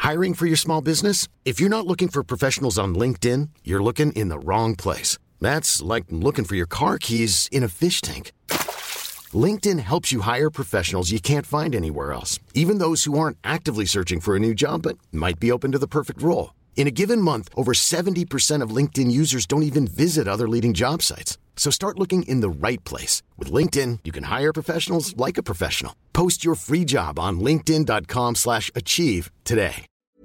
Hiring for your small business? If you're not looking for professionals on LinkedIn, you're looking in the wrong place. That's like looking for your car keys in a fish tank. LinkedIn helps you hire professionals you can't find anywhere else, even those who aren't actively searching for a new job but might be open to the perfect role. In a given month, over 70% of LinkedIn users don't even visit other leading job sites. So start looking in the right place. With LinkedIn, you can hire professionals like a professional. Post your free job on linkedin.com/achieve today.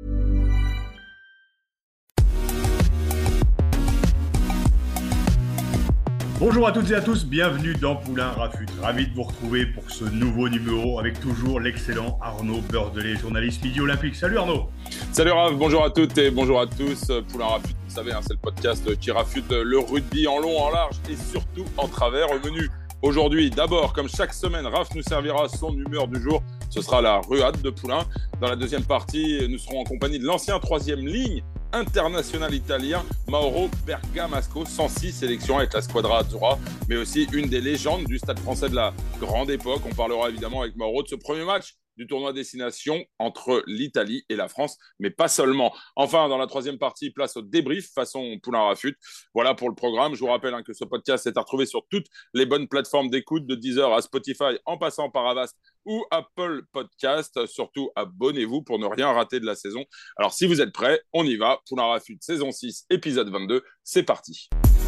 Bonjour à toutes et à tous, bienvenue dans Poulain Rafut. Ravi de vous retrouver pour ce nouveau numéro avec toujours l'excellent Arnaud Beurdelet, journaliste Midi Olympique. Salut Arnaud. Salut Raph, bonjour à toutes et bonjour à tous. Poulain Rafut, vous savez, c'est le podcast qui rafute le rugby en long, en large et surtout en travers. Au menu aujourd'hui, d'abord, comme chaque semaine, Raph nous servira son humeur du jour. Ce sera la ruade de Poulain. Dans la deuxième partie, nous serons en compagnie de l'ancien troisième ligne international italien Mauro Bergamasco, 106 sélections avec la Squadra Azzurra, mais aussi une des légendes du Stade français de la grande époque. On parlera évidemment avec Mauro de ce premier match du tournoi Destination entre l'Italie et la France, mais pas seulement. Enfin, dans la troisième partie, place au débrief façon Poulain Rafut. Voilà pour le programme. Je vous rappelle que ce podcast est à retrouver sur toutes les bonnes plateformes d'écoute, de Deezer à Spotify, en passant par Avast ou Apple Podcast. Surtout, abonnez-vous pour ne rien rater de la saison. Alors, si vous êtes prêts, on y va. Poulain Rafut, saison 6, épisode 22. C'est parti.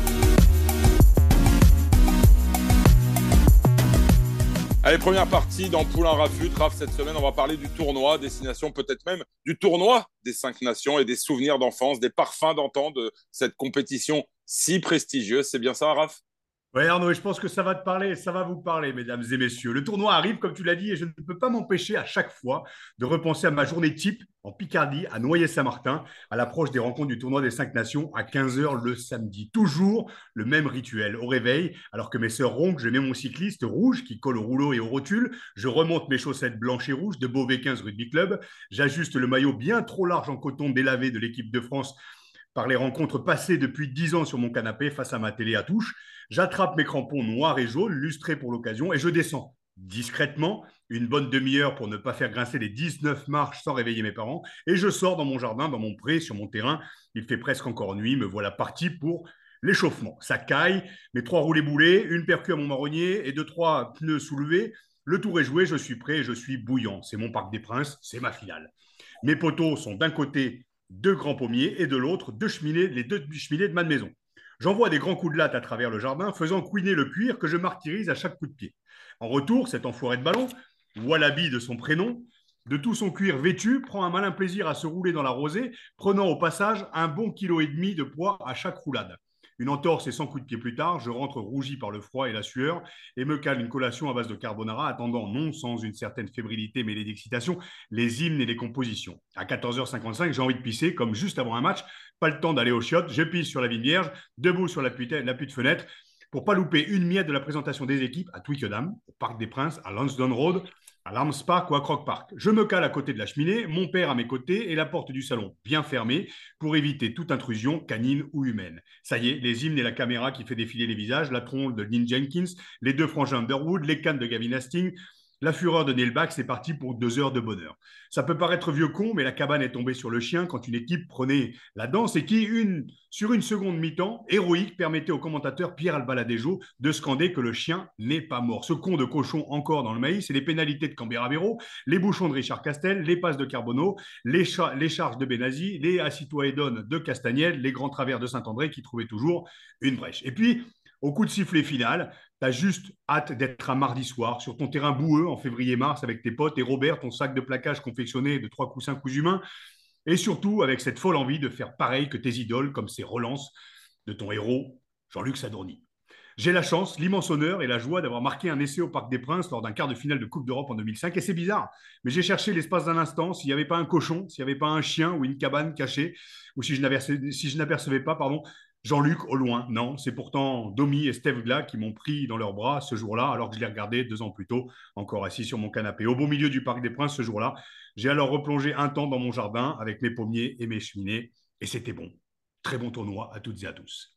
Allez, première partie dans Poulain Rafut. Raph, cette semaine, on va parler du tournoi, destination peut-être même du tournoi des 5 nations et des souvenirs d'enfance, des parfums d'antan de cette compétition si prestigieuse. C'est bien ça, Raph ? Oui Arnaud, je pense que ça va te parler, ça va vous parler, mesdames et messieurs. Le tournoi arrive, comme tu l'as dit, et je ne peux pas m'empêcher à chaque fois de repenser à ma journée type en Picardie, à Noyers-Saint-Martin, à l'approche des rencontres du tournoi des 5 nations à 15h le samedi. Toujours le même rituel. Au réveil, alors que mes sœurs ronquent, je mets mon cycliste rouge qui colle au rouleau et au rotule, je remonte mes chaussettes blanches et rouges de Beauvais 15 Rugby Club, j'ajuste le maillot bien trop large en coton délavé de l'équipe de France par les rencontres passées depuis 10 ans sur mon canapé face à ma télé à touche. J'attrape mes crampons noirs et jaunes, lustrés pour l'occasion, et je descends discrètement, une bonne demi-heure pour ne pas faire grincer les 19 marches sans réveiller mes parents, et je sors dans mon jardin, dans mon pré, sur mon terrain. Il fait presque encore nuit, me voilà parti pour l'échauffement. Ça caille, mes 3 roulés boulés, une percu à mon marronnier et 2-3 pneus soulevés. Le tour est joué, je suis prêt et je suis bouillant. C'est mon Parc des Princes, c'est ma finale. Mes poteaux sont d'un côté 2 grands pommiers et de l'autre les 2 cheminées de ma maison. J'envoie des grands coups de latte à travers le jardin, faisant couiner le cuir que je martyrise à chaque coup de pied. En retour, cet enfoiré de ballon, Wallaby de son prénom, de tout son cuir vêtu, prend un malin plaisir à se rouler dans la rosée, prenant au passage un bon 1,5 kg de poids à chaque roulade. Une entorse et 100 coups de pied plus tard, je rentre rougi par le froid et la sueur et me cale une collation à base de carbonara, attendant, non sans une certaine fébrilité mêlée d'excitation, les hymnes et les compositions. À 14h55, j'ai envie de pisser, comme juste avant un match, pas le temps d'aller aux chiottes, je pisse sur la vigne vierge, debout sur l'appui de fenêtre, pour pas louper une miette de la présentation des équipes à Twickenham, au Parc des Princes, à Lansdowne Road, à l'Arms Park ou à Croke Park. Je me cale à côté de la cheminée, mon père à mes côtés et la porte du salon bien fermée pour éviter toute intrusion canine ou humaine. Ça y est, les hymnes et la caméra qui fait défiler les visages, la tronche de Lynn Jenkins, les 2 frangins Underwood, les cannes de Gavin Hastings, la fureur de Neil Back, c'est parti pour 2 heures de bonheur. Ça peut paraître vieux con, mais la cabane est tombée sur le chien quand une équipe prenait la danse et qui, sur une seconde mi-temps, héroïque, permettait au commentateur Pierre Albaladejo de scander que le chien n'est pas mort. Ce con de cochon encore dans le maïs, et les pénalités de Cambera-Vero, les bouchons de Richard Castel, les passes de Carbonneau, les charges de Benazzi, les Assis-toi et donne de Castagnel, les grands travers de Saint-André qui trouvaient toujours une brèche. Et puis, au coup de sifflet final, tu as juste hâte d'être un mardi soir sur ton terrain boueux en février-mars avec tes potes et Robert, ton sac de plaquage confectionné de 3 coussins coups humains, et surtout avec cette folle envie de faire pareil que tes idoles, comme ces relances de ton héros, Jean-Luc Sadorni. J'ai la chance, l'immense honneur et la joie d'avoir marqué un essai au Parc des Princes lors d'un quart de finale de Coupe d'Europe en 2005, et c'est bizarre, mais j'ai cherché l'espace d'un instant s'il n'y avait pas un cochon, s'il n'y avait pas un chien ou une cabane cachée, ou si je n'apercevais pas, Jean-Luc au loin. Non, c'est pourtant Domi et Steve Gla qui m'ont pris dans leurs bras ce jour-là, alors que je les regardais 2 ans plus tôt, encore assis sur mon canapé. Au beau milieu du Parc des Princes ce jour-là, j'ai alors replongé un temps dans mon jardin avec mes pommiers et mes cheminées, et c'était bon. Très bon tournoi à toutes et à tous.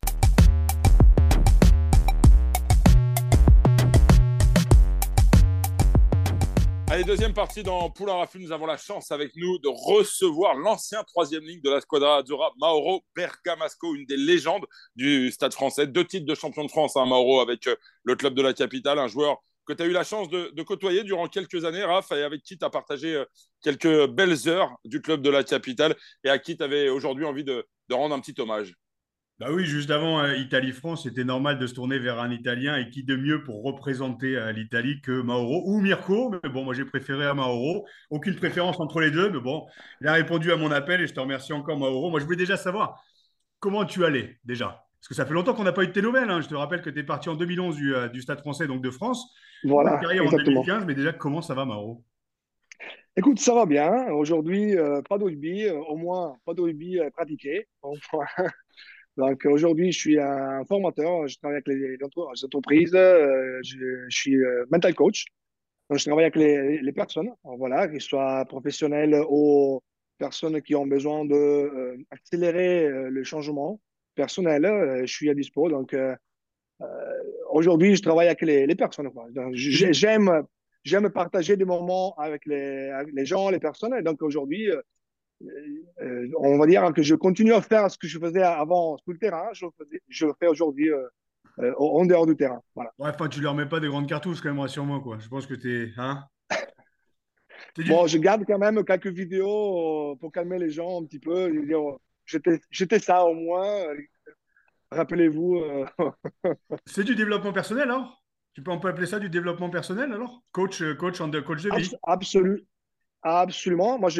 Allez, deuxième partie dans Poulain Rafut. Nous avons la chance avec nous de recevoir l'ancien troisième ligne de la Squadra Azzurra, Mauro Bergamasco, une des légendes du Stade français. 2 titres de champion de France, Mauro, avec le club de la capitale. Un joueur que tu as eu la chance de côtoyer durant quelques années, Raph, et avec qui tu as partagé quelques belles heures du club de la capitale et à qui tu avais aujourd'hui envie de rendre un petit hommage. Bah oui, juste avant Italie-France, c'était normal de se tourner vers un Italien et qui de mieux pour représenter l'Italie que Mauro ou Mirko. Mais bon, moi j'ai préféré à Mauro. Aucune préférence entre les deux, mais bon, il a répondu à mon appel et je te remercie encore Mauro. Moi je voulais déjà savoir comment tu allais déjà. Parce que ça fait longtemps qu'on n'a pas eu de tes nouvelles, hein. Je te rappelle que tu es parti en 2011 du Stade français, donc de France. Une Voilà, carrière en exactement. 2015, mais déjà comment ça va Mauro? Écoute, ça va bien. Aujourd'hui, pas de rugby, au moins pas de rugby pratiqué. Enfin, donc aujourd'hui, je suis un formateur. Je travaille avec les entreprises. Je suis mental coach. Donc, je travaille avec les personnes, voilà, qu'ils soient professionnels ou personnes qui ont besoin de accélérer le changement personnel. Je suis à dispo. Donc aujourd'hui, je travaille avec les personnes, quoi. Donc, C'est du, j'aime partager des moments avec les gens, les personnes. Et donc aujourd'hui, on va dire que je continue à faire ce que je faisais avant sur le terrain. Je le fais aujourd'hui en dehors du terrain. Voilà. ouais, enfin, tu leur mets pas des grandes cartouches quand même, rassure-moi, quoi. Je pense que t'es, hein? C'est Bon, du, je garde quand même quelques vidéos pour calmer les gens un petit peu. Je veux dire, j'étais ça au moins. Rappelez-vous. c'est du développement personnel, alors? On peut appeler ça du développement personnel, alors? Coach de vie. Absolu, absolument. Moi,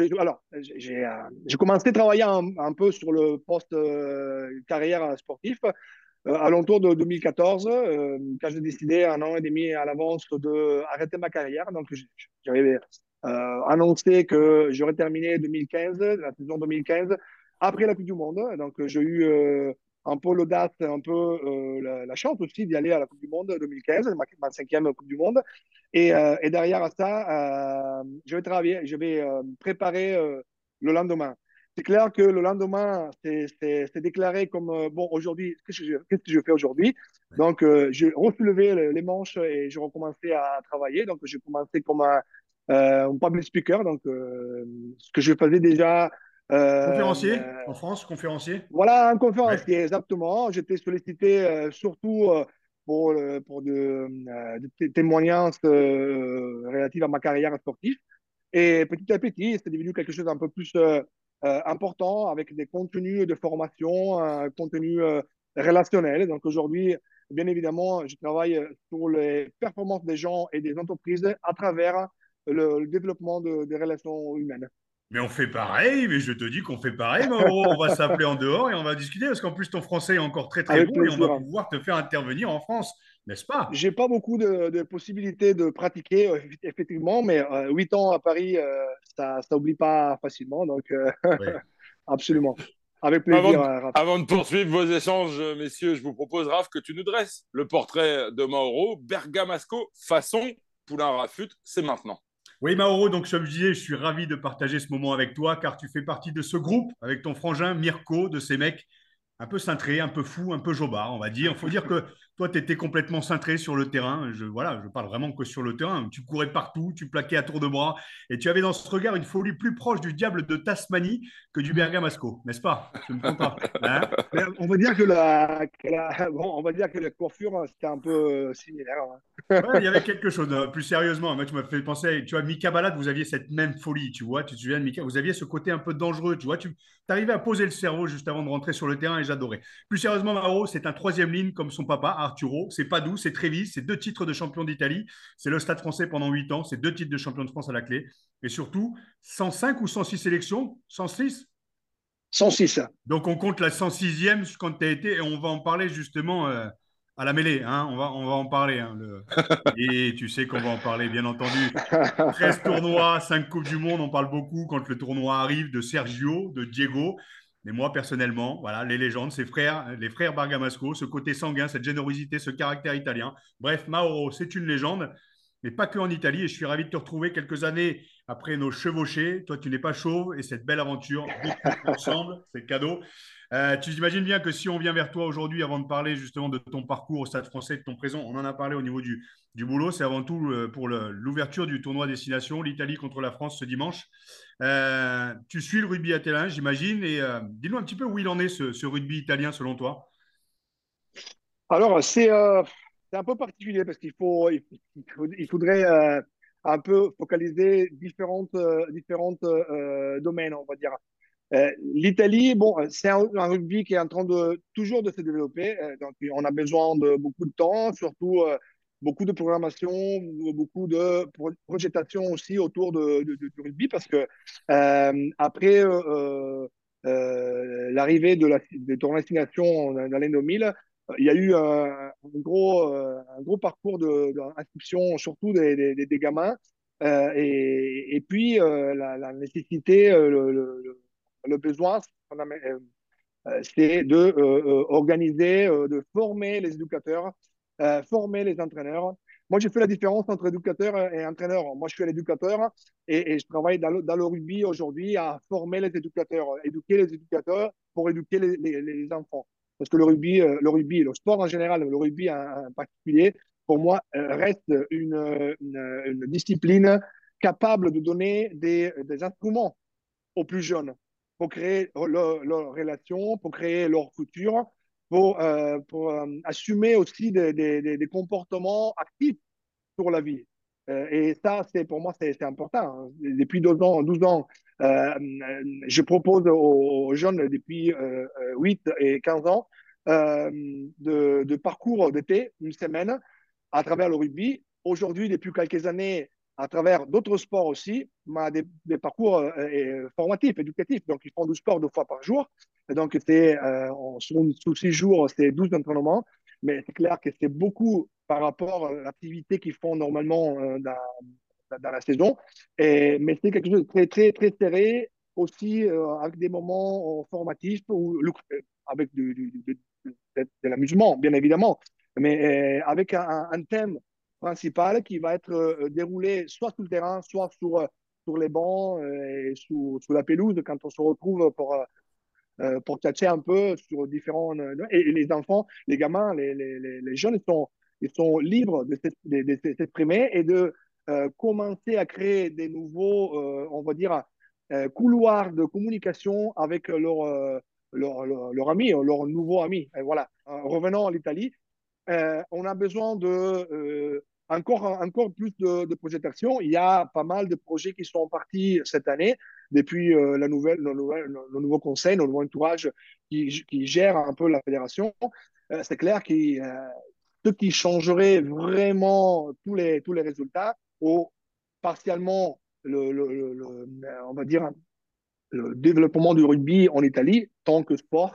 j'ai commencé à travailler un peu sur le poste carrière sportif à l'entour de 2014, quand j'ai décidé un an et demi à l'avance de arrêter ma carrière. Donc, j'avais annoncé que j'aurais terminé 2015, la saison 2015, après la Coupe du Monde. Donc, j'ai eu un peu l'audace, un peu la chance aussi d'y aller à la Coupe du Monde 2015, ma 5e Coupe du Monde. Et derrière ça, je vais travailler, je vais préparer le lendemain. C'est clair que le lendemain, c'est déclaré comme bon, aujourd'hui, qu'est-ce que je fais aujourd'hui? Donc, j'ai relevé les manches et je recommençais à travailler. Donc, j'ai commencé comme un public speaker, donc ce que je faisais déjà. Conférencier, en France, conférencier. Voilà, un Ouais. conférencier, exactement. J'étais sollicité surtout pour des témoignages relatifs à ma carrière sportive. Et petit à petit, c'est devenu quelque chose d'un peu plus important avec des contenus de formation, un contenu relationnel. Donc aujourd'hui, bien évidemment, je travaille sur les performances des gens et des entreprises à travers le développement des relations humaines. Mais on fait pareil, mais je te dis qu'on fait pareil, Mauro. On va s'appeler en dehors et on va discuter parce qu'en plus, ton français est encore très très Avec bon et on va plaisir. pouvoir te faire intervenir en France, n'est-ce pas? J'ai pas beaucoup de possibilités de pratiquer, effectivement, mais 8 ans à Paris, ça oublie pas facilement. Donc, Oui. absolument. Avec Avant plaisir, de, Raph. avant de poursuivre vos échanges, messieurs, je vous propose, Raph, que tu nous dresses le portrait de Mauro Bergamasco façon Poulain Rafut. C'est maintenant. Oui, Mauro, donc comme je disais, je suis ravi de partager ce moment avec toi car tu fais partie de ce groupe avec ton frangin Mirko, de ces mecs un peu cintrés, un peu fous, un peu jobards, on va dire. Il faut dire que toi, tu étais complètement cintré sur le terrain. Voilà, je parle vraiment que sur le terrain. Tu courais partout, tu plaquais à tour de bras et tu avais dans ce regard une folie plus proche du diable de Tasmanie que du Bergamasco, n'est-ce pas? Je ne me trompe pas. Hein? Mais on va dire bon, on va dire que la coiffure, c'était un peu similaire, hein. Ouais, il y avait quelque chose. Plus sérieusement, moi, tu m'as fait penser, tu vois, Mika Balad, vous aviez cette même folie, tu vois. Tu te souviens de Mika, vous aviez ce côté un peu dangereux, tu vois. Tu arrivais à poser le cerveau juste avant de rentrer sur le terrain et j'adorais. Plus sérieusement, Mauro, c'est un troisième ligne comme son papa, Arturo. C'est pas doux, c'est Trévis, c'est 2 titres de champion d'Italie. C'est le Stade français pendant 8 ans, c'est 2 titres de champion de France à la clé. Et surtout, 105 ou 106 sélections, 106. 106. Donc, on compte la 106e quand tu as été, et on va en parler justement à la mêlée. Hein, on va en parler. Hein, et tu sais qu'on va en parler, bien entendu. 13 tournois, 5 Coupes du Monde, on parle beaucoup quand le tournoi arrive de Sergio, de Diego. Mais moi, personnellement, voilà, les légendes, les frères Bergamasco, ce côté sanguin, cette générosité, ce caractère italien. Bref, Mauro, c'est une légende. mais pas que en Italie. Et je suis ravi de te retrouver quelques années après nos chevauchés. Toi, tu n'es pas chauve et cette belle aventure vécue ensemble, c'est cadeau. Tu imagines bien que si on vient vers toi aujourd'hui, avant de parler justement de ton parcours au Stade français, de ton présent, on en a parlé au niveau du boulot, c'est avant tout pour l'ouverture du tournoi Destination, l'Italie contre la France ce dimanche. Tu suis le rugby italien, j'imagine, et dis-nous un petit peu où il en est ce rugby italien selon toi. Alors, c'est un peu particulier parce il faudrait un peu focaliser différentes domaines, on va dire. L'Italie, bon, c'est un rugby qui est en train de toujours de se développer. Donc, on a besoin de beaucoup de temps, surtout beaucoup de programmation, beaucoup de projection aussi autour du rugby, parce que après l'arrivée des tournois destination dans l'année 2000, il y a eu un gros parcours d'inscription, surtout des gamins, et puis la nécessité, le besoin, c'est de organiser, de former les éducateurs, former les entraîneurs. Moi, j'ai fait la différence entre éducateur et entraîneur. Moi, je suis un éducateur et je travaille dans le rugby aujourd'hui à former les éducateurs, éduquer les éducateurs pour éduquer les enfants. Parce que le sport en général, le rugby en particulier, pour moi, reste une discipline capable de donner des instruments aux plus jeunes pour créer leur relation, pour créer leur futur, pour assumer aussi des comportements actifs sur la vie. Et ça, pour moi, c'est important. Depuis 12 ans, je propose aux jeunes depuis 8 et 15 ans de parcours d'été, une semaine, à travers le rugby. Aujourd'hui, depuis quelques années, à travers d'autres sports aussi, des parcours formatifs, éducatifs. Donc, ils font du sport 2 fois par jour. Et donc, sous 6 jours, c'est 12 entraînements. Mais c'est clair que c'est beaucoup par rapport à l'activité qu'ils font normalement dans la saison. Mais c'est quelque chose de très, très, très serré aussi avec des moments formatifs avec de l'amusement, bien évidemment, mais avec un thème principal qui va être déroulé soit sur le terrain, soit sur les bancs et sur la pelouse quand on se retrouve pour tâcher un peu sur différents. Et les enfants, les gamins, les jeunes, ils sont libres de s'exprimer et de commencer à créer des nouveaux, on va dire, couloirs de communication avec leur ami, leur nouveau ami. Et voilà. Revenons à l'Italie. On a besoin de encore plus de projection. Il y a pas mal de projets qui sont partis cette année depuis le nouveau conseil, le nouveau entourage qui gère un peu la fédération. C'est clair que ce qui changerait vraiment tous les résultats, ou partiellement on va dire, le développement du rugby en Italie, tant que sport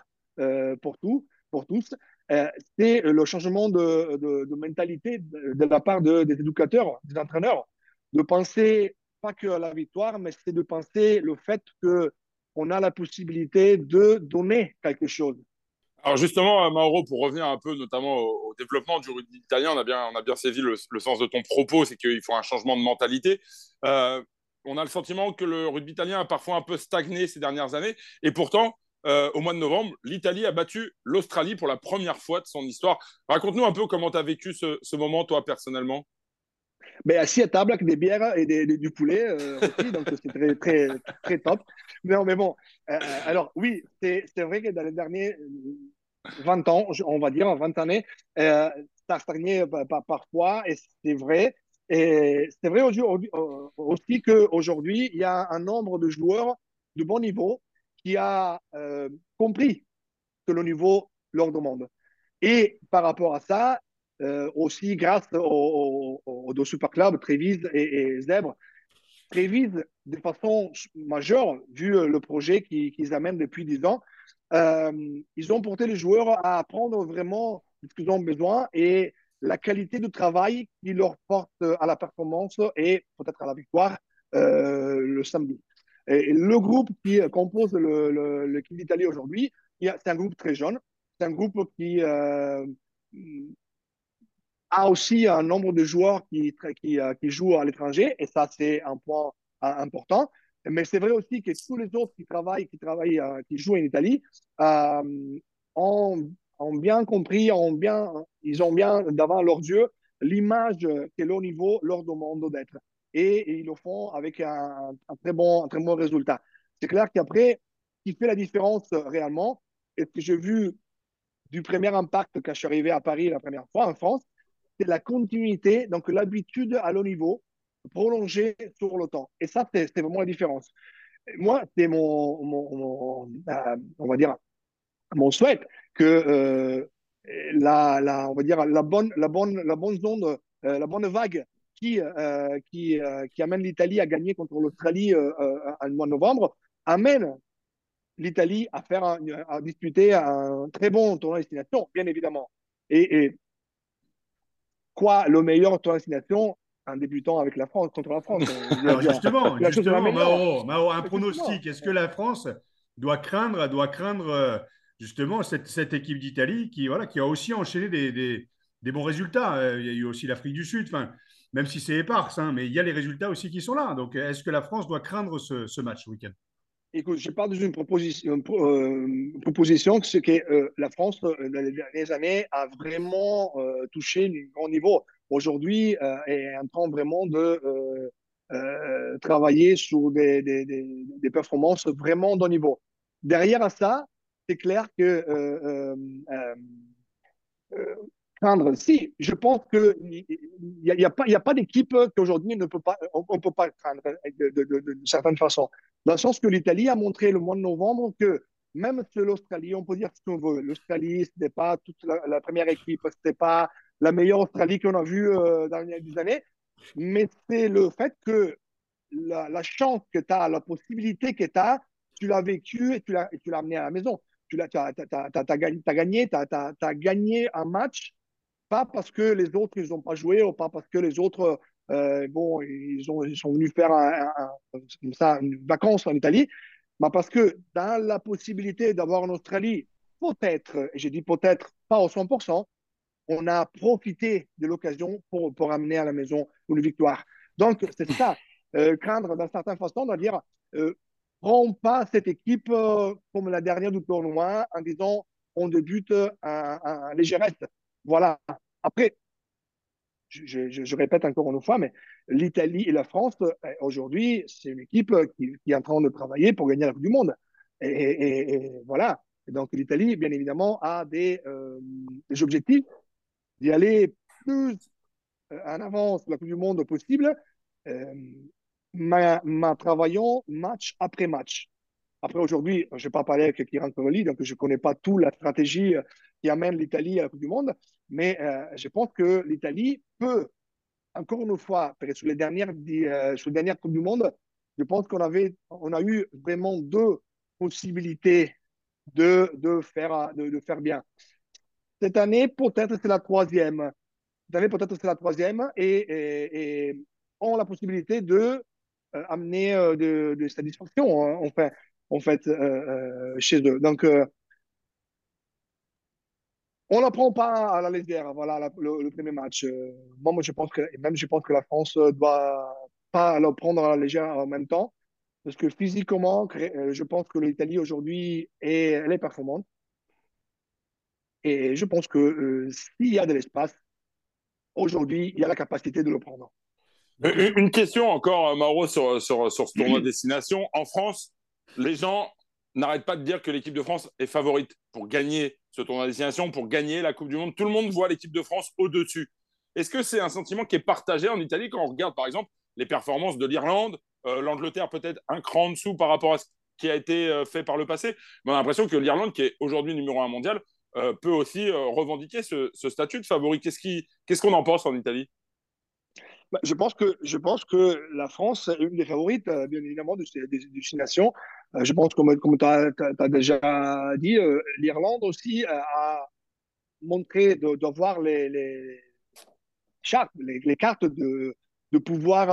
pour tous, euh, c'est le changement de mentalité de la part des éducateurs, des entraîneurs, de penser pas que à la victoire, mais c'est de penser le fait qu'on a la possibilité de donner quelque chose. Alors justement, Mauro, pour revenir un peu notamment au développement du rugby italien, on a bien saisi le sens de ton propos, c'est qu'il faut un changement de mentalité. Euh, on a le sentiment que le rugby italien a parfois un peu stagné ces dernières années, et pourtant, au mois de novembre, l'Italie a battu l'Australie pour la première fois de son histoire. Raconte-nous un peu comment tu as vécu ce moment, toi, personnellement. Mais assis à table avec des bières et du poulet rôti, donc c'est très, très, très top. Non, mais bon, alors oui, c'est vrai que dans les derniers 20 ans, on va dire, 20 années, ça a stagné parfois, et c'est vrai. Et c'est vrai aussi qu'aujourd'hui, il y a un nombre de joueurs de bon niveau qui a compris que le niveau leur demande. Et par rapport à ça, aussi grâce aux deux super clubs, Trévise et Zèbre, Trévise, de façon majeure, vu le projet qu'ils amènent depuis 10 ans, euh, ils ont porté les joueurs à apprendre vraiment ce qu'ils ont besoin et la qualité de travail qui leur porte à la performance et peut-être à la victoire le samedi. Et le groupe qui compose l'équipe d'Italie aujourd'hui, c'est un groupe très jeune. C'est un groupe qui a aussi un nombre de joueurs qui jouent à l'étranger, et ça, c'est un point important. Mais c'est vrai aussi que tous les autres qui jouent en Italie, euh, ont, ont bien compris, ils ont bien devant leurs yeux l'image que le haut niveau leur demande d'être. Et ils le font avec un très bon résultat. C'est clair qu'après, ce qui fait la différence réellement, et ce que j'ai vu du premier impact quand je suis arrivé à Paris la première fois en France, c'est la continuité, donc l'habitude à haut niveau prolongée sur le temps. Et ça, c'est vraiment la différence. Moi, c'est on va dire, mon souhait que on va dire, la bonne zone, la bonne vague qui amène l'Italie à gagner contre l'Australie en mois de novembre, amène l'Italie à disputer un très bon tournoi de destination, bien évidemment. Et quoi, le meilleur tournoi de destination en débutant avec la France, contre la France. Alors La chose est la meilleure. Mao, un Effectivement. pronostic. Est-ce que la France doit craindre justement cette équipe d'Italie qui, voilà, qui a aussi enchaîné des bons résultats. Il y a eu aussi l'Afrique du Sud, enfin, même si c'est éparse, hein, mais il y a les résultats aussi qui sont là. Donc, est-ce que la France doit craindre ce match ce week-end? Écoute, je parle d'une proposition, c'est que la France, dans les dernières années, a vraiment touché un grand niveau. Aujourd'hui, est en train vraiment de travailler sur des performances vraiment de haut niveau. Derrière ça, c'est clair que euh, craindre. Si, je pense qu'il n'y a pas d'équipe qu'aujourd'hui on ne peut pas craindre de certaine façon. Dans le sens que l'Italie a montré le mois de novembre que même si l'Australie, on peut dire ce qu'on veut, l'Australie, ce n'était pas toute la première équipe, ce n'était pas la meilleure Australie qu'on a vue dans les dernières années, mais c'est le fait que la chance que tu as, la possibilité que tu as, tu l'as vécu et tu l'as amené à la maison. Tu as gagné un match, pas parce que les autres, ils n'ont pas joué, ou pas parce que les autres, bon, ils sont venus faire une vacance en Italie, mais parce que dans la possibilité d'avoir en Australie, peut-être, et j'ai dit peut-être pas au 100%, on a profité de l'occasion pour amener à la maison une victoire. Donc, c'est ça, craindre d'une certaine façon, de dire, euh, prends pas cette équipe comme la dernière du tournoi en disant on débute un légéresse. Voilà. Après, je répète encore une fois, mais l'Italie et la France, aujourd'hui, c'est une équipe qui est en train de travailler pour gagner la Coupe du Monde. Et voilà. Et donc, l'Italie, bien évidemment, a des objectifs d'y aller plus en avance de la Coupe du Monde possible, euh, mais travaillant match après match. Après, aujourd'hui, je n'ai pas parlé avec Kieran Corelli, donc je ne connais pas toute la stratégie qui amène l'Italie à la Coupe du Monde, mais je pense que l'Italie peut, encore une fois, sur les dernières Coupes du Monde, je pense on a eu vraiment deux possibilités de faire bien. Cette année, peut-être c'est la troisième. Cette année, peut-être c'est la troisième et ont la possibilité de amener de satisfaction, hein, en fait chez eux. Donc, on ne la prend pas à la légère, voilà, le premier match. Moi, je pense que la France doit pas la prendre à la légère en même temps, parce que physiquement, je pense que l'Italie aujourd'hui elle est performante. Et je pense que s'il y a de l'espace, aujourd'hui, il y a la capacité de le prendre. Une question encore, Mauro, sur ce tournoi de destination. En France, les gens n'arrêtent pas de dire que l'équipe de France est favorite pour gagner ce tournoi de destination, pour gagner la Coupe du Monde. Tout le monde voit l'équipe de France au-dessus. Est-ce que c'est un sentiment qui est partagé en Italie quand on regarde, par exemple, les performances de l'Irlande, l'Angleterre peut-être un cran en dessous par rapport à ce qui a été fait par le passé, mais on a l'impression que l'Irlande, qui est aujourd'hui numéro 1 mondial, peut aussi revendiquer ce statut de favori. Qu'est-ce qu'on en pense en Italie? Bah, je pense que la France est une des favorites, bien évidemment, des destinations. Je pense, comme tu as déjà dit, l'Irlande aussi a montré d'avoir les cartes de pouvoir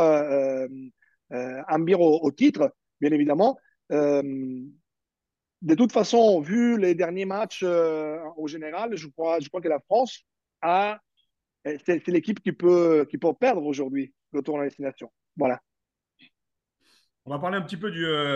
ambir au titre, bien évidemment. Euh, de toute façon, vu les derniers matchs au général, je crois que la France a c'est l'équipe qui peut perdre aujourd'hui le tournoi destination. Voilà. On va parler un petit peu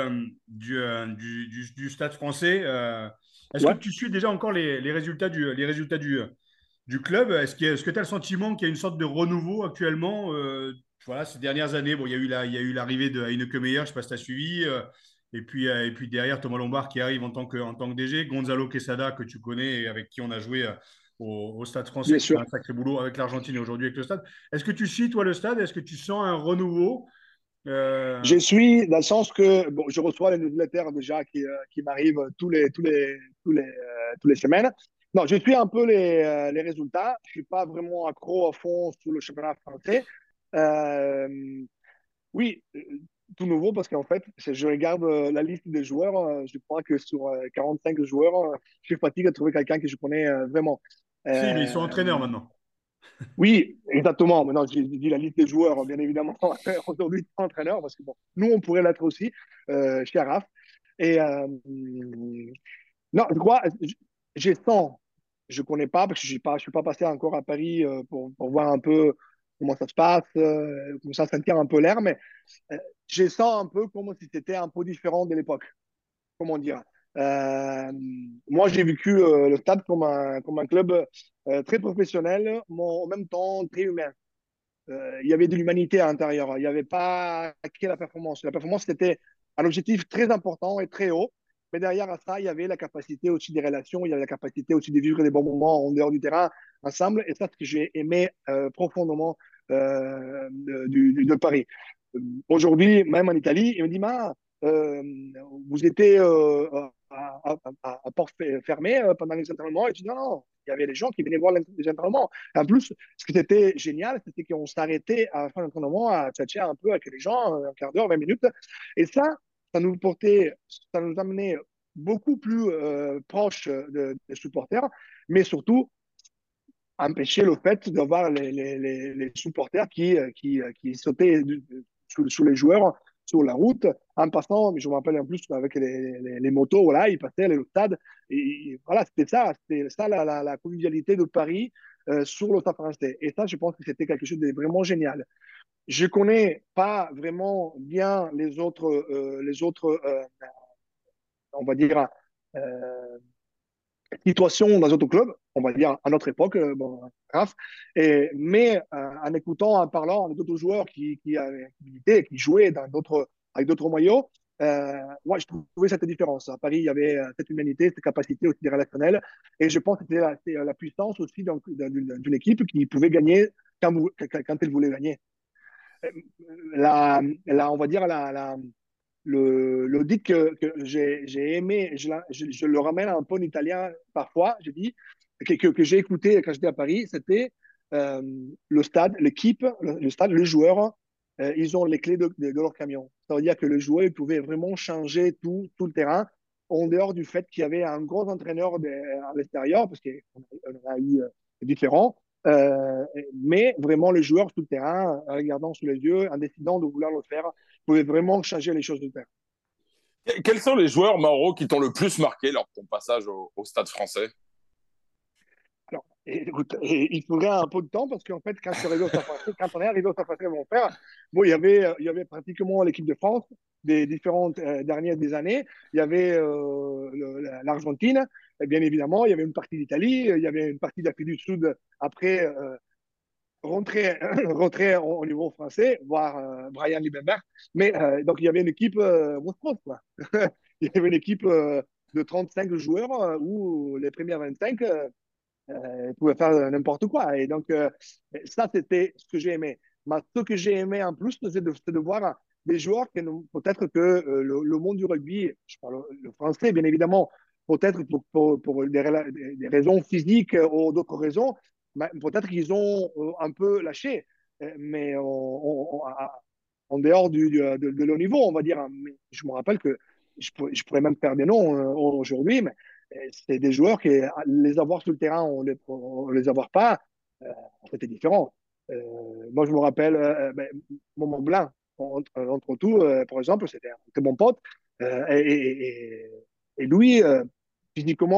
du Stade français. Est-ce que Ouais. tu suis déjà encore les résultats du club? Est-ce que tu as le sentiment qu'il y a une sorte de renouveau actuellement? Voilà, ces dernières années, bon, il y a eu l'arrivée de Heineke Meyer, je ne sais pas si tu as suivi. Et puis derrière, Thomas Lombard qui arrive en tant que DG, Gonzalo Quesada, que tu connais et avec qui on a joué au Stade Bien français, qui fait sûr. un sacré boulot avec l'Argentine et aujourd'hui avec le Stade. Est-ce que tu suis, toi, le Stade? Est-ce que tu sens un renouveau? Euh, Je suis dans le sens que bon, je reçois les newsletters déjà qui m'arrivent tous les semaines. Non, je suis un peu les résultats. Je suis pas vraiment accro à fond sur le championnat français. Euh, oui, tout nouveau parce qu'en fait, je regarde la liste des joueurs. Je crois que sur 45 joueurs, je suis fatigué de trouver quelqu'un que je connais vraiment. si, mais ils sont Euh, entraîneurs maintenant. oui, exactement. Maintenant, j'ai dit la liste des joueurs, bien évidemment. Aujourd'hui, pas entraîneur, parce que bon, nous, on pourrait l'être aussi chez Araf. Et non, je crois, j'ai 100. Je ne connais pas, parce que je suis pas passé encore à Paris pour voir un peu comment ça se passe, comment ça sentir un peu l'air, mais euh, je sens un peu comme si c'était un peu différent de l'époque. Comment dire? Euh, Moi, j'ai vécu le stade comme un club très professionnel, mais en même temps très humain. Il y avait de l'humanité à l'intérieur. Il n'y avait pas que la performance. La performance, c'était un objectif très important et très haut. Mais derrière à ça, il y avait la capacité aussi des relations, il y avait la capacité aussi de vivre des bons moments en dehors du terrain ensemble. Et ça, c'est ce que j'ai aimé profondément de Paris. Aujourd'hui, même en Italie, il me dit, euh, vous étiez à porte fermée pendant les entraînements. Et je dis, non, non, il y avait des gens qui venaient voir les entraînements. En plus, ce qui était génial, c'était qu'on s'arrêtait à la fin de l'entraînement à tchatcher un peu avec les gens, un quart d'heure, 20 minutes. Et ça nous amenait beaucoup plus proches des supporters, mais surtout empêcher le fait d'avoir les supporters qui sautaient sous les joueurs sur la route en passant, mais je me rappelle en plus avec les motos, voilà, ils passaient le stade. Et voilà, c'était ça la convivialité de Paris sur le stade français. Et ça, je pense que c'était quelque chose de vraiment génial. Je connais pas vraiment bien les autres on va dire, euh, situation dans d'autres clubs, on va dire à notre époque, bon, Raph, mais en écoutant, en parlant avec d'autres joueurs qui jouaient avec d'autres maillots, moi je trouvais cette différence. À Paris, il y avait cette humanité, cette capacité aussi relationnelle, et je pense que c'était la puissance aussi d'une équipe qui pouvait gagner quand elle voulait gagner. On va dire, le dit que j'ai aimé, je le ramène un peu en italien parfois, je dis, que j'ai écouté quand j'étais à Paris, c'était euh, le stade, l'équipe, le stade, le joueur, ils ont les clés de leur camion. Ça veut dire que le joueur il pouvait vraiment changer tout le terrain, en dehors du fait qu'il y avait un gros entraîneur à l'extérieur, parce qu'on en a eu différents. Mais vraiment, le joueur sur le terrain, en regardant sous les yeux, en décidant de vouloir le faire, pouvait vraiment changer les choses du terrain. Quels sont les joueurs, Mauro, qui t'ont le plus marqué lors de ton passage au Stade français? Alors, écoute, il faudrait un peu de temps parce qu'en fait, quand je suis arrivé au Stade français, quand on est arrivé au Stade français avec mon frère, bon, il y avait pratiquement l'équipe de France des différentes dernières des années. Il y avait l'Argentine, et bien évidemment, il y avait une partie d'Italie, il y avait une partie d'Afrique du Sud après rentrer, rentrer au niveau français, voir Brian Liebenberg. Mais donc, il y avait une équipe monstrueuse, quoi. Il y avait une équipe de 35 joueurs où les premiers 25 pouvaient faire n'importe quoi. Et donc, ça, c'était ce que j'ai aimé. Mais ce que j'ai aimé en plus, c'est de voir des joueurs qui peut-être que le monde du rugby, je parle le français, bien évidemment, peut-être pour des raisons physiques ou d'autres raisons, mais peut-être qu'ils ont un peu lâché. Mais en dehors de leur niveau, on va dire. Mais je me rappelle que je pourrais même faire des noms aujourd'hui, mais c'est des joueurs qui, les avoir sur le terrain, on les avoir pas, euh, c'était différent. Moi, je me rappelle, Moment Blanc, entre tout, par exemple, c'était un très bon pote. Et lui, physiquement,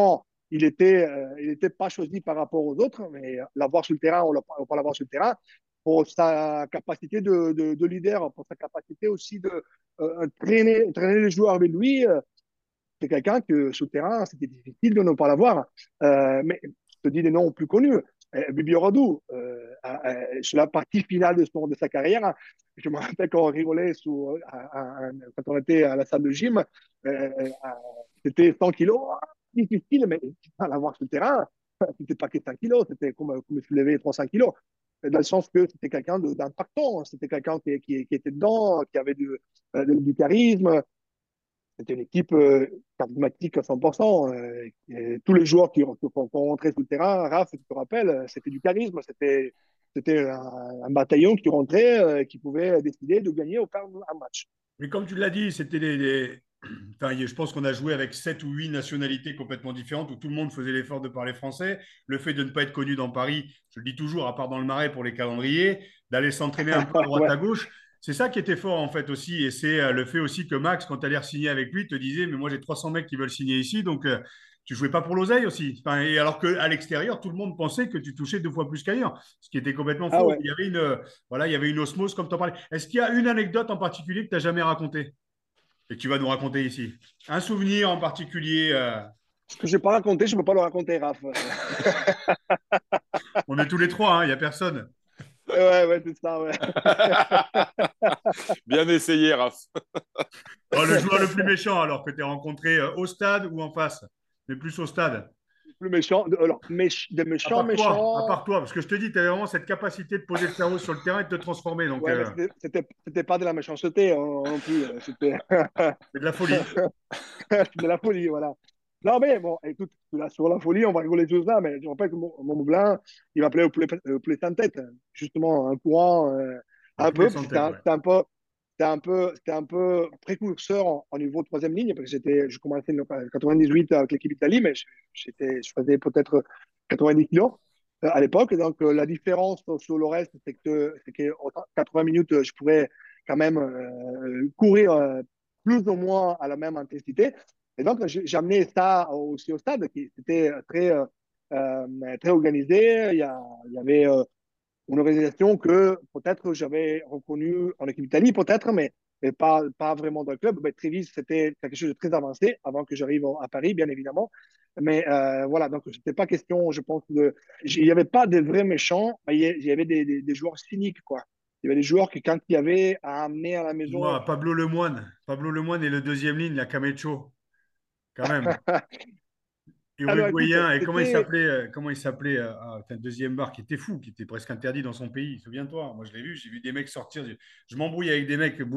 il était pas choisi par rapport aux autres, mais l'avoir sur le terrain, on peut l'avoir sur le terrain pour sa capacité de leader, pour sa capacité aussi de traîner les joueurs avec lui. C'est quelqu'un que sur le terrain, c'était difficile de ne pas l'avoir. Mais je te dis des noms plus connus. Bibi Radou, sur la partie finale de sa carrière, hein, je me rappelle quand on rigolait quand on était à la salle de gym, euh, c'était 100 kilos, difficile, mais à l'avoir sur le terrain, c'était pas que 5 kilos, c'était comme soulever 300 kilos. Dans le sens que c'était quelqu'un d'impactant, c'était quelqu'un qui était dedans, qui avait du charisme, c'était une équipe charismatique à 100%. Et tous les joueurs qu'on rentrait sur le terrain, Raph, tu te rappelles, c'était du charisme. C'était un bataillon qui rentrait, qui pouvait décider de gagner ou perdre un match. Mais comme tu l'as dit, c'était Enfin, je pense qu'on a joué avec 7 ou 8 nationalités complètement différentes où tout le monde faisait l'effort de parler français. Le fait de ne pas être connu dans Paris, je le dis toujours, à part dans le Marais pour les calendriers, d'aller s'entraîner un peu à droite Ouais. à gauche, c'est ça qui était fort en fait aussi. Et c'est le fait aussi que Max, quand tu allais signer avec lui, te disait, mais moi j'ai 300 mecs qui veulent signer ici, donc tu jouais pas pour l'oseille aussi. Enfin, et alors qu'à l'extérieur, tout le monde pensait que tu touchais 2 fois plus qu'ailleurs, ce qui était complètement Ah faux. ouais. Voilà, il y avait une osmose comme tu en parlais. Est-ce qu'il y a une anecdote en particulier que tu n'as jamais racontée et que tu vas nous raconter ici? Un souvenir en particulier. Ce que je n'ai pas raconté, je ne peux pas le raconter, Raph. On est tous les trois, hein, il n'y a personne. Ouais, ouais, c'est ça, ouais. Bien essayé, Raph. Oh, le joueur le plus méchant alors que tu as rencontré au stade ou en face? Mais plus au stade. Plus méchant. Alors, des méchants, À méchants. part toi, parce que je te dis, tu as vraiment cette capacité de poser le cerveau sur le terrain et de te transformer. Donc, Ouais, mais c'était pas de la méchanceté non plus. C'était c'est de la folie. de la folie, voilà. Non, mais bon, écoute, là, sur la folie, on va rigoler tout ça, mais je me rappelle que mon Moulin, il m'appelait au poulet sans tête, justement, un courant, Le un poulet peu, sans puis tête, ouais. c'était un peu précurseur en niveau troisième ligne, parce que je commençais en 98 avec l'équipe Italie, mais je faisais peut-être 90 kilos à l'époque. Donc, la différence sur le reste, c'est que 80 minutes, je pourrais quand même courir plus ou moins à la même intensité. Et donc, j'ai amené ça aussi au stade, qui était très organisé. Il y avait une organisation que peut-être j'avais reconnue en équipe d'Italie, peut-être, mais pas vraiment dans le club. Mais très vite, c'était quelque chose de très avancé avant que j'arrive à Paris, bien évidemment. Mais voilà, donc c'était pas question, je pense, il n'y avait pas de vrais méchants, mais il y avait des joueurs cyniques, quoi. Il y avait des joueurs qui, quand il y avait à amener à la maison. Dis-moi, Pablo Lemoine. Pablo Lemoine est le deuxième ligne, la Camecho, quand même. Alors écoute, Uruguayen. Et c'était. comment il s'appelait un deuxième bar qui était fou, qui était presque interdit dans son pays. Souviens-toi, moi je l'ai vu, j'ai vu des mecs sortir. Je m'embrouille avec des mecs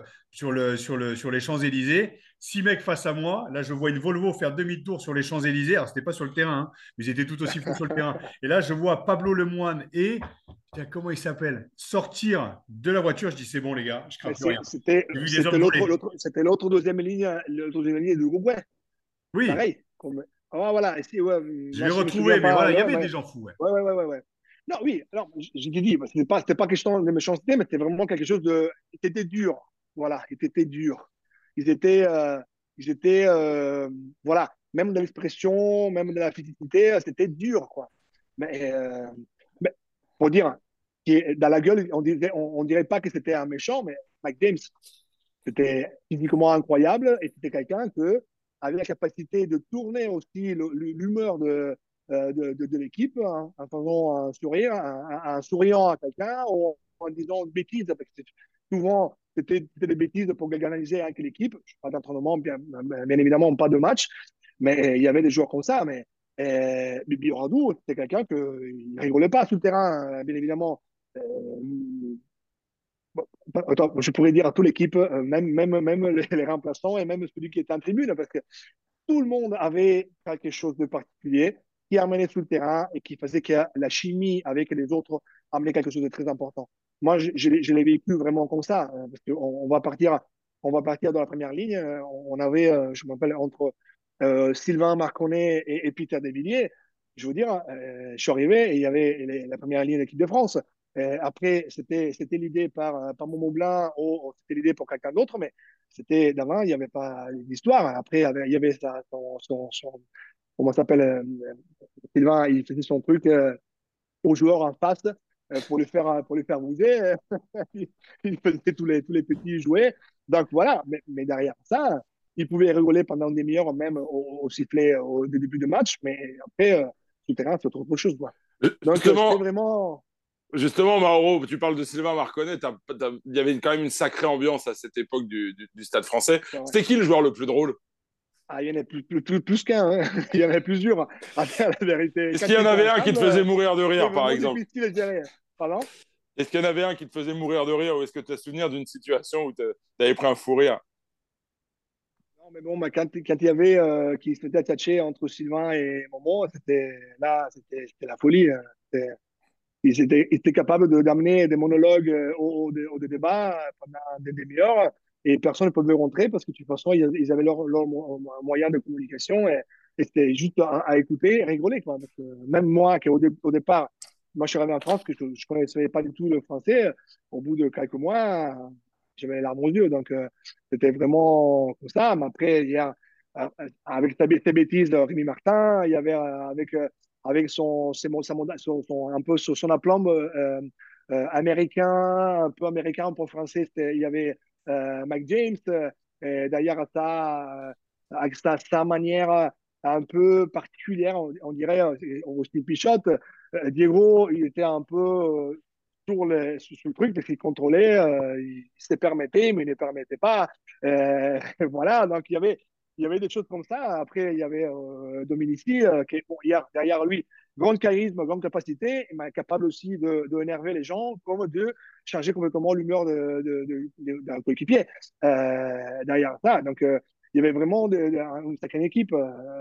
sur les Champs-Élysées. 6 mecs face à moi. Là, je vois une Volvo faire demi-tour sur les Champs-Élysées. Alors, c'était pas sur le terrain, hein, mais ils étaient tout aussi fous sur le terrain. Et là, je vois Pablo Lemoine et, putain, comment il s'appelle, sortir de la voiture. Je dis, c'est bon, les gars, je crains Mais plus rien. c'était J'ai vu des c'était hommes voler. c'était l'autre deuxième ligne de l'Uruguay. Oui, Pareil. Ah, voilà. Et ouais, je moi, l'ai je me souviens retrouvé, mais pas. voilà, il y Ouais, avait des ouais, gens fous, ouais. ouais. Non, oui. Alors, j'ai dit, bah, c'était pas question de méchanceté, mais c'était vraiment quelque chose de. C'était dur. Voilà. C'était dur. Ils étaient, euh, ils étaient, voilà. Même de l'expression, même de la physicité, c'était dur, quoi. Mais, pour dire, dans la gueule, on dirait pas que c'était un méchant, mais Mike James, c'était physiquement incroyable et c'était quelqu'un qui avait la capacité de tourner aussi l'humeur de l'équipe, hein, en faisant un sourire, un souriant à quelqu'un ou en disant une bêtise. Parce que souvent, c'était des bêtises pour galvaniser avec l'équipe. Je ne parle pas d'entraînement, bien évidemment, pas de match, mais il y avait des joueurs comme ça. Mais Bibi Radou, c'était quelqu'un qui ne rigolait pas sur le terrain, bien évidemment. Euh, Bon, attends, je pourrais dire à toute l'équipe, même les remplaçants et même celui qui était en tribune, parce que tout le monde avait quelque chose de particulier qui amenait sur le terrain et qui faisait que la chimie avec les autres amenait quelque chose de très important. Moi, je l'ai vécu vraiment comme ça, parce on va partir dans la première ligne. On avait, je me rappelle, entre Sylvain Marconnet et Peter Desvilliers. Je veux dire, je suis arrivé et il y avait la première ligne de l'équipe de France. Après, c'était l'idée par Momo Blanc ou c'était l'idée pour quelqu'un d'autre, mais c'était d'avant, il n'y avait pas d'histoire. Après, il y avait comment ça s'appelle, Sylvain, il faisait son truc aux joueurs en face pour les faire bouger. il il faisait tous les petits jouets. Donc voilà, mais derrière ça, il pouvait rigoler pendant des demi-heure, même au sifflet au début de match, mais après, sur le terrain, c'est autre chose, quoi. Donc c'était Justement, vraiment. justement, Mauro, tu parles de Sylvain Marconnet, il y avait quand même une sacrée ambiance à cette époque du Stade français. C'était qui le joueur le plus drôle? Ah, il y en a plus qu'un, hein. Il y en a plusieurs, à dire la vérité. Est-ce Quand qu'il y en ils sont avait un qui te ensemble, faisait mourir de c'est rire, par vraiment exemple? difficile à gérer. Pardon? Est-ce qu'il y en avait un qui te faisait mourir de rire ou est-ce que tu as souvenir d'une situation où tu avais pris un fou rire? Non, mais bon, quand il y avait qui se faisait tchatcher entre Sylvain et Momo, c'était la folie, hein. Ils étaient capables d'amener des monologues au débat pendant des demi-heures et personne ne pouvait rentrer parce que de toute façon, ils avaient leur moyen de communication et c'était juste à écouter et rigoler, quoi. Parce que même moi, qui au départ, moi je suis arrivé en France, que je ne connaissais pas du tout le français, au bout de quelques mois, j'avais les larmes aux yeux. Donc, c'était vraiment comme ça. Mais après, il y a, avec ses bêtises, Rémi Martin, il y avait avec un peu son aplomb américain, un peu américain pour français. Il y avait Mike James. D'ailleurs, avec sa manière un peu particulière, on dirait, au style Pichot, Diego, il était un peu sur le truc parce qu'il contrôlait, il se permettait, mais il ne permettait pas. Voilà, donc il y avait des choses comme ça. Après, il y avait Dominici, qui, bon, derrière lui, grand charisme, grande capacité, mais capable aussi de énerver les gens, comme de changer complètement l'humeur d'un coéquipier derrière ça. Donc, il y avait vraiment une sacrée équipe.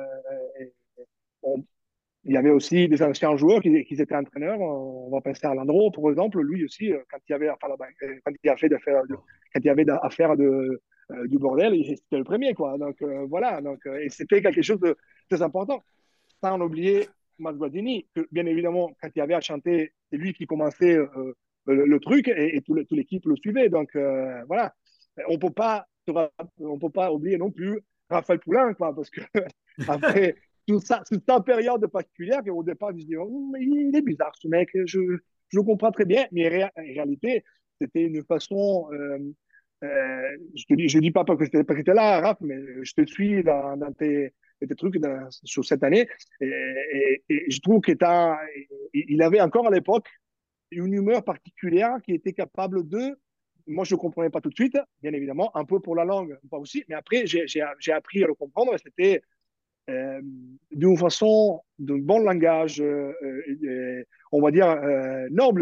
On, il y avait aussi des anciens joueurs qui étaient entraîneurs. On va penser à Landreau, par exemple. Lui aussi, quand il y avait affaire, quand il y avait quand il y avait affaire du bordel, c'était le premier, quoi. Donc, voilà. Donc, et c'était quelque chose de très important. Sans oublier Masguadini, que bien évidemment, quand il y avait à chanter, c'est lui qui commençait le truc et toute l'équipe le suivait. Donc, voilà. On peut pas, on peut pas oublier non plus Raphaël Poulain, quoi, parce que après toute sa période particulière, qu'au départ, je dis, oh, mais il est bizarre ce mec, je le comprends très bien, mais en réalité, c'était une façon. Je dis pas parce que tu étais là, Raph, mais je te suis dans tes trucs sur cette année. Et je trouve il avait encore à l'époque une humeur particulière qui était capable de. Moi, je ne le comprenais pas tout de suite, bien évidemment, un peu pour la langue, pas aussi, mais après, j'ai appris à le comprendre. C'était d'une façon, d'un bon langage, on va dire noble,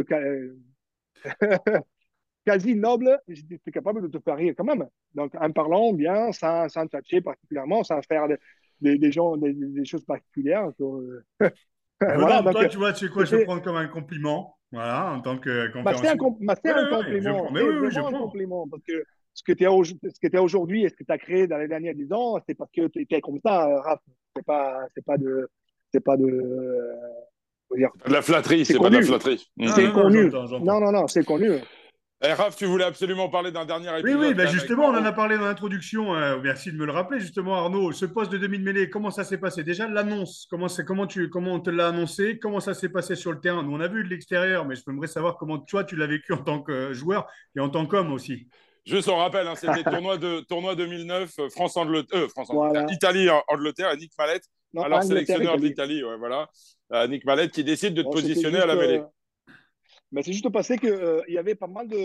quasi noble, j'étais capable de te faire rire quand même. Donc, en parlant bien, sans tâcher particulièrement, sans faire des choses particulières. Voilà, Venant de donc toi, tu vois, tu sais quoi, je vais c'était prendre comme un compliment, voilà, en tant que c'est conférencier. c'est Oui, un oui, je compliment, prends. Mais c'est oui, oui, je vraiment un prends. compliment, parce que ce que tu es aujourd'hui et ce que tu as créé dans les derniers 10 ans, c'est parce que tu étais comme ça, Raph. C'est pas de, faut dire, De la flatterie, c'est c'est pas de la connu. flatterie. Non, C'est non, non, connu. j'entends, Non, j'entends. non, non, c'est connu. Eh, Raph, tu voulais absolument parler d'un dernier Oui, oui, épisode ben quand même avec justement, on en a Mauro. parlé dans l'introduction. Merci de me le rappeler, justement, Arnaud. Ce poste de demi de mêlée, comment ça s'est passé? Déjà, l'annonce, comment on te l'a annoncé? Comment ça s'est passé sur le terrain? Nous, on a vu de l'extérieur, mais je voudrais savoir comment toi, tu l'as vécu en tant que joueur et en tant qu'homme aussi. Juste on rappelle, hein, c'était tournoi 2009, France-Angleterre, Voilà. Italie-Angleterre et Nick Mallett, Non, alors Angleterre, sélectionneur de Italie. l'Italie, ouais, voilà. Nick Mallett qui décide de te Bon, c'était positionner à juste. la mêlée. Mais c'est juste passé qu'il y avait pas mal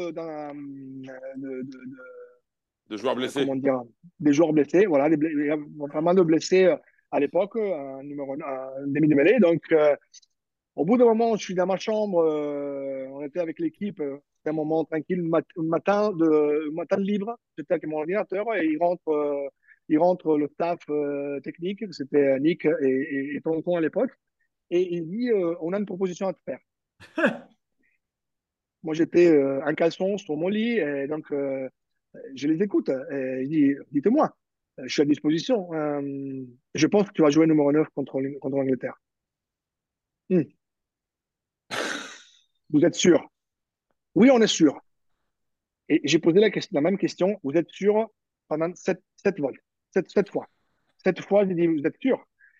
De joueurs blessés. comment dire, des joueurs blessés. Voilà, il y a pas mal de blessés à l'époque, un demi de mêlée. Donc, au bout d'un moment, je suis dans ma chambre, on était avec l'équipe, c'était un moment tranquille, matin de libre, j'étais avec mon ordinateur et il rentre le staff technique, c'était Nick et Tonton à l'époque, et il dit on a une proposition à te faire. Moi, j'étais en caleçon sur mon lit, et donc je les écoute. Et il dit dites-moi, je suis à disposition. Je pense que tu vas jouer numéro 9 contre l'Angleterre. Hmm. Vous êtes sûr? Oui, on est sûr. Et j'ai posé la même question. Vous êtes sûr pendant 7 votes? 7 fois. 7 fois, j'ai dit, vous êtes sûr?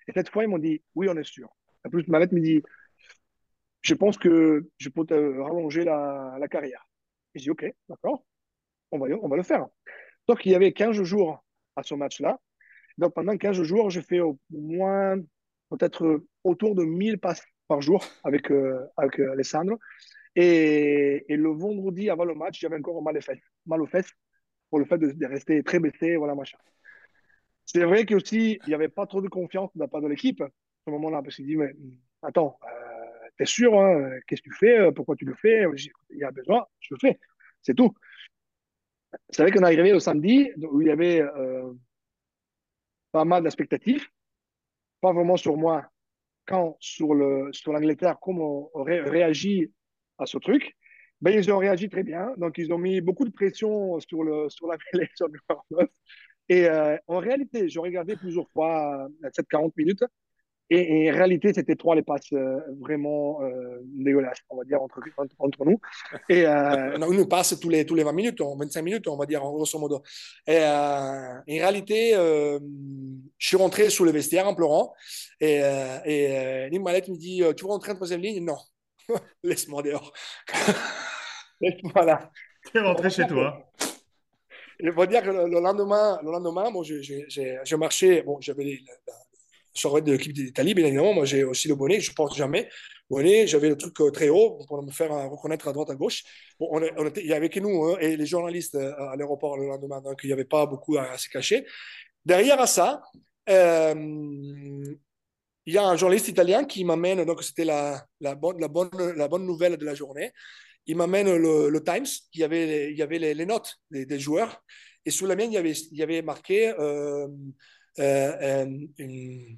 Et cette fois, ils m'ont dit, oui, on est sûr. En plus, Mallette me dit, je pense que je peux te rallonger la carrière. Et j'ai dit, OK, d'accord, on va le faire. Donc, il y avait 15 jours à ce match-là. Donc, pendant 15 jours, j'ai fait au moins peut-être autour de 1000 passes par jour avec Alessandro. Et le vendredi avant le match, j'avais encore mal aux fesses pour le fait de rester très baissé, voilà, machin. C'est vrai qu'aussi, il n'y avait pas trop de confiance de la part de l'équipe à ce moment-là, parce qu'il dit, mais attends, t'es sûr, hein, qu'est-ce que tu fais, pourquoi tu le fais? Il y a besoin, je le fais, c'est tout. C'est vrai qu'on est arrivé au samedi, où il y avait pas mal d'expectatifs, pas vraiment sur moi, quand sur l'Angleterre, comment on réagit à ce truc. Ben, ils ont réagi très bien, donc ils ont mis beaucoup de pression sur la sélection de Cornos. Et en réalité, j'ai regardé plusieurs fois cette 40 minutes. Et en réalité, c'était trois les passes vraiment dégueulasses, on va dire, entre nous. Et non, une passe tous les 20 minutes, 25 minutes, on va dire, en grosso modo. Et en réalité, je suis rentré sous le vestiaire en pleurant. Et Lim Mallet me dit, tu veux rentrer en troisième ligne? Non, laisse-moi dehors. Voilà. Tu es rentré chez toi. Il faut dire que le lendemain bon, j'ai marché, bon, j'avais sur de l'équipe d'Italie, bien évidemment. Moi, j'ai aussi le bonnet, je ne porte jamais. Bonnet, j'avais le truc très haut pour me faire reconnaître à droite, à gauche. Bon, il y avait que nous hein, et les journalistes à l'aéroport le lendemain, donc il n'y avait pas beaucoup à se cacher. Derrière à ça, il y a un journaliste italien qui m'amène, donc c'était la bonne nouvelle de la journée. Il m'amène le Times, il y avait les notes des joueurs. Et sous la mienne, il y avait marqué une,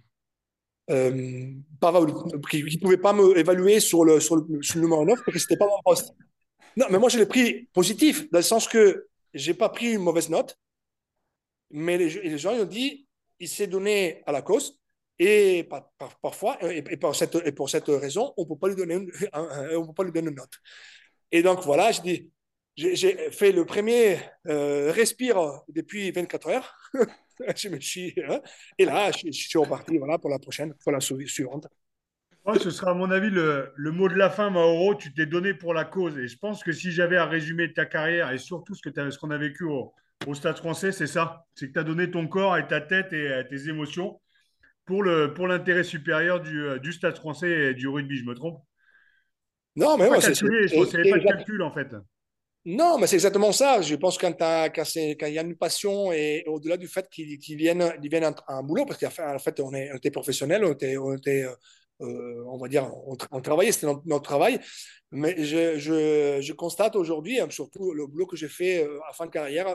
qui ne pouvait pas m'évaluer sur le numéro 9 parce que ce n'était pas mon poste. Non, mais moi, je l'ai pris positif, dans le sens que je n'ai pas pris une mauvaise note, mais les gens ils ont dit il s'est donné à la cause. Et parfois, et pour cette raison, on ne peut pas lui donner une note. Et donc, voilà, j'ai fait le premier respire depuis 24 heures. Je me suis, et là, je suis reparti voilà, pour la suivante. Ouais, ce sera à mon avis le mot de la fin, Mauro. Tu t'es donné pour la cause. Et je pense que si j'avais à résumer ta carrière et surtout ce qu'on a vécu au Stade français, c'est ça. C'est que tu as donné ton corps et ta tête et tes émotions pour l'intérêt supérieur du Stade français et du rugby. Je me trompe? Non, mais Pas ouais, calculé, je pense qu'il n'y avait pas de calcul en fait. non, mais c'est exactement ça. Je pense que quand il y a une passion et au-delà du fait qu'ils viennent un boulot, parce qu'en fait, on était professionnels, on va dire, on travaillait, c'était notre travail. Mais je constate aujourd'hui, hein, surtout le boulot que j'ai fait à fin de carrière,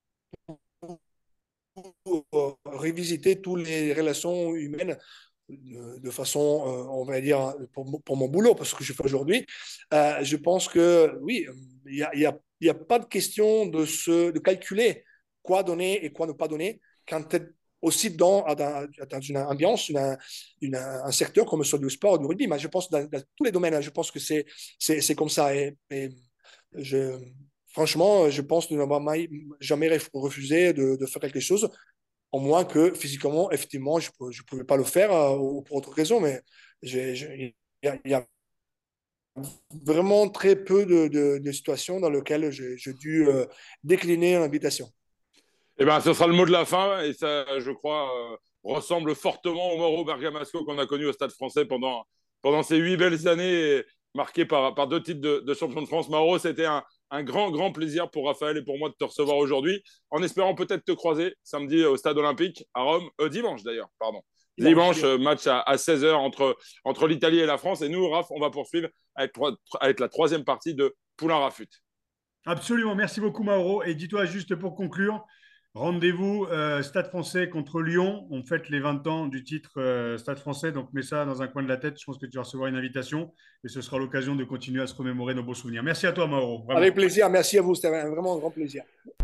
pour revisiter toutes les relations humaines de façon, on va dire, pour mon boulot, parce que je fais aujourd'hui, je pense que oui, il y a pas de question de calculer quoi donner et quoi ne pas donner quand tu es aussi dans une ambiance, un secteur comme celui du sport, du rugby. Mais je pense dans tous les domaines, je pense que c'est comme ça. Et je, franchement, je pense ne n'avoir jamais refusé de faire quelque chose au moins que physiquement, effectivement, je ne pouvais pas le faire pour autre raison, mais il y a vraiment très peu de situations dans lesquelles j'ai dû décliner l'invitation. Eh bien, ce sera le mot de la fin et ça, je crois, ressemble fortement au Mauro Bergamasco qu'on a connu au Stade français pendant ces 8 belles années marquées par 2 titres de champion de France. Mauro, c'était un grand plaisir pour Raphaël et pour moi de te recevoir aujourd'hui, en espérant peut-être te croiser samedi au Stade Olympique à Rome, dimanche d'ailleurs, pardon. Dimanche, match à 16h entre l'Italie et la France. Et nous, Raph, on va poursuivre avec la 3e partie de Poulain Rafut. Absolument, merci beaucoup Mauro. Et dis-toi juste pour conclure, rendez-vous Stade français contre Lyon. On fête les 20 ans du titre Stade français, donc mets ça dans un coin de la tête. Je pense que tu vas recevoir une invitation et ce sera l'occasion de continuer à se remémorer nos beaux souvenirs. Merci à toi Mauro. Vraiment. Avec plaisir, merci à vous, c'était vraiment un grand plaisir.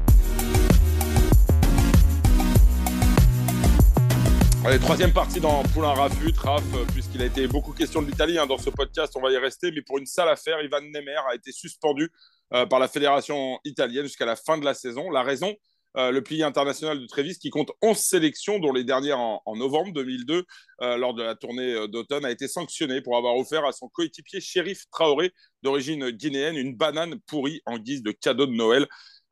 Allez, 3e partie dans Poulain Rafut, Raph, puisqu'il a été beaucoup question de l'Italie dans ce podcast, on va y rester, mais pour une sale affaire, Ivan Nemer a été suspendu par la fédération italienne jusqu'à la fin de la saison. La raison, le pilier international de Trévise, qui compte 11 sélections, dont les dernières en novembre 2002, lors de la tournée d'automne, a été sanctionné pour avoir offert à son coéquipier Chérif Traoré, d'origine guinéenne, une banane pourrie en guise de cadeau de Noël.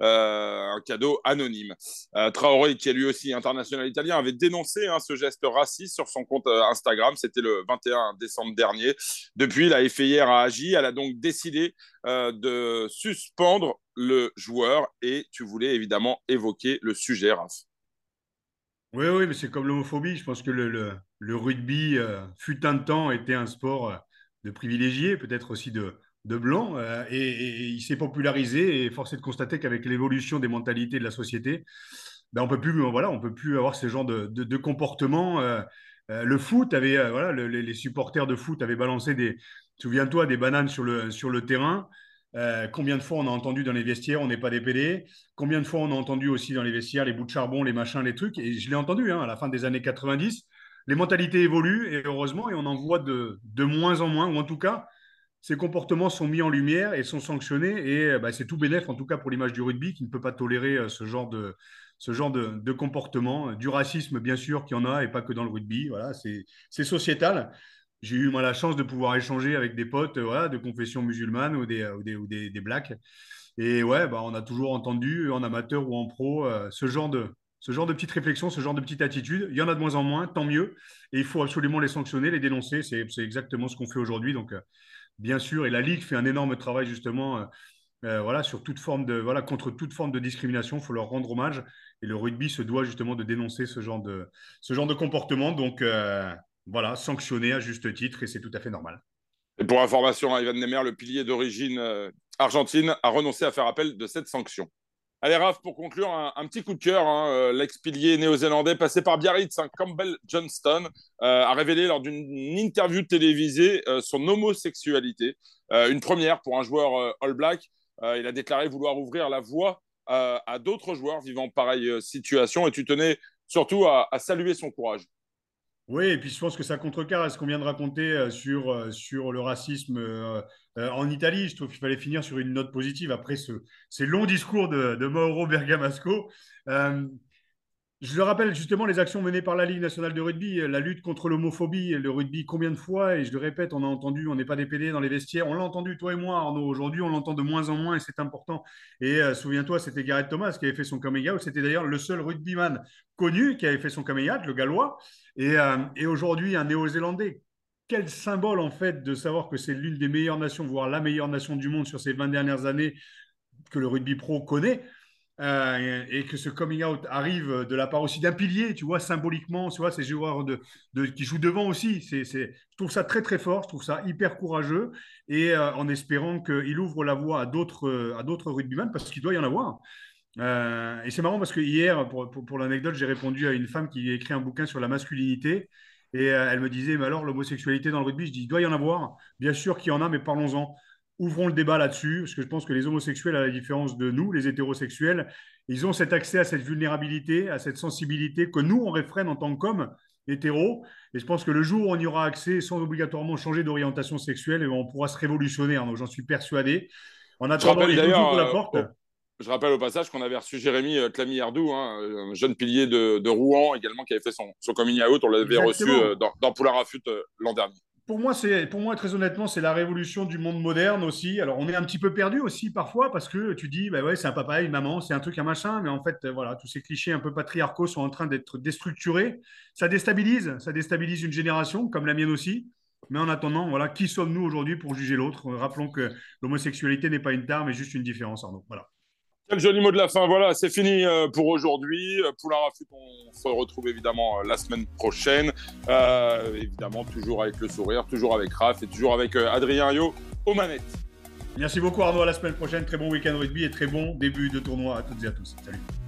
Un cadeau anonyme. Traoré, qui est lui aussi international italien, avait dénoncé ce geste raciste sur son compte Instagram. C'était le 21 décembre dernier. Depuis, la FIR a agi. Elle a donc décidé de suspendre le joueur. Et tu voulais évidemment évoquer le sujet, Raph. Oui, oui, mais c'est comme l'homophobie. Je pense que le rugby, fut un temps, était un sport de privilégiés, peut-être aussi de blancs, et il s'est popularisé. Et force est de constater qu'avec l'évolution des mentalités de la société, ben, on peut plus avoir ce genre de comportement. Le foot avait, voilà, les supporters de foot avaient balancé souviens-toi, des bananes sur le terrain. Combien de fois on a entendu dans les vestiaires, on n'est pas des PD. Combien de fois on a entendu aussi dans les vestiaires les bouts de charbon, les machins, les trucs. Et je l'ai entendu à la fin des années 90. Les mentalités évoluent, et heureusement, et on en voit de moins en moins, ou en tout cas, ces comportements sont mis en lumière et sont sanctionnés. Et c'est tout bénef, en tout cas pour l'image du rugby, qui ne peut pas tolérer ce genre de comportement. Du racisme, bien sûr, qu'il y en a, et pas que dans le rugby. Voilà, c'est sociétal. J'ai eu moi la chance de pouvoir échanger avec des potes voilà, de confession musulmane ou des blacks. Et ouais, on a toujours entendu, en amateur ou en pro, ce genre de petites réflexions, ce genre de petites attitudes. Il y en a de moins en moins, tant mieux. Et il faut absolument les sanctionner, les dénoncer. C'est exactement ce qu'on fait aujourd'hui. Donc, bien sûr, et la Ligue fait un énorme travail justement voilà, sur toute forme voilà, contre toute forme de discrimination. Il faut leur rendre hommage. Et le rugby se doit justement de dénoncer ce genre de comportement. Donc, voilà, sanctionné à juste titre, et c'est tout à fait normal. Et pour information, Ivan Nemer, le pilier d'origine argentine, a renoncé à faire appel de cette sanction. Allez, Raph, pour conclure, un petit coup de cœur. L'ex-pilier néo-zélandais passé par Biarritz, Campbell Johnston, a révélé lors d'une interview télévisée son homosexualité. Une première pour un joueur All Black. Il a déclaré vouloir ouvrir la voie à d'autres joueurs vivant pareille situation. Et tu tenais surtout à saluer son courage. Oui, et puis je pense que ça contrecarre ce qu'on vient de raconter sur le racisme en Italie. Je trouve qu'il fallait finir sur une note positive après ces longs discours de Mauro Bergamasco. Je le rappelle justement, les actions menées par la Ligue nationale de rugby, la lutte contre l'homophobie, le rugby, combien de fois, et je le répète, on a entendu, on n'est pas des PD dans les vestiaires, on l'a entendu, toi et moi, Arnaud, aujourd'hui, on l'entend de moins en moins, et c'est important. Et souviens-toi, c'était Gareth Thomas qui avait fait son coming out, c'était d'ailleurs le seul rugbyman connu qui avait fait son coming out, le Gallois, et aujourd'hui, un Néo-Zélandais. Quel symbole, en fait, de savoir que c'est l'une des meilleures nations, voire la meilleure nation du monde sur ces 20 dernières années que le rugby pro connaît. Et que ce coming out arrive de la part aussi d'un pilier, tu vois, symboliquement, tu vois, ces joueurs qui jouent devant aussi. Je trouve ça très, très fort, je trouve ça hyper courageux, et en espérant qu'il ouvre la voie à d'autres rugbyman, parce qu'il doit y en avoir. Et c'est marrant parce que hier, pour l'anecdote, j'ai répondu à une femme qui a écrit un bouquin sur la masculinité, et elle me disait, mais alors l'homosexualité dans le rugby, je dis, il doit y en avoir, bien sûr qu'il y en a, mais parlons-en. Ouvrons le débat là-dessus, parce que je pense que les homosexuels, à la différence de nous, les hétérosexuels, ils ont cet accès à cette vulnérabilité, à cette sensibilité que nous, on réfrène en tant qu'hommes hétéros. Et je pense que le jour où on y aura accès sans obligatoirement changer d'orientation sexuelle, on pourra se révolutionner. Donc j'en suis persuadé. En attendant, les autres ouvrent la porte. Je rappelle au passage qu'on avait reçu Jérémy Clamy-Herdou, un jeune pilier de Rouen également, qui avait fait son coming out. On l'avait reçu dans Poulain Rafut l'an dernier. Pour moi, très honnêtement, c'est la révolution du monde moderne aussi. Alors, on est un petit peu perdu aussi parfois parce que tu dis, bah ouais, c'est un papa, une maman, c'est un truc, un machin. Mais en fait, voilà, tous ces clichés un peu patriarcaux sont en train d'être déstructurés. Ça déstabilise une génération, comme la mienne aussi. Mais en attendant, voilà, qui sommes-nous aujourd'hui pour juger l'autre? Rappelons que l'homosexualité n'est pas une tare, mais juste une différence, Arnaud. Voilà. Quel joli mot de la fin. Voilà, c'est fini pour aujourd'hui. Poulain Rafut, on se retrouve évidemment la semaine prochaine. Évidemment, toujours avec le sourire, toujours avec Raph et toujours avec Adrien Yo aux manettes. Merci beaucoup, Arnaud. À la semaine prochaine. Très bon week-end rugby et très bon début de tournoi à toutes et à tous. Salut.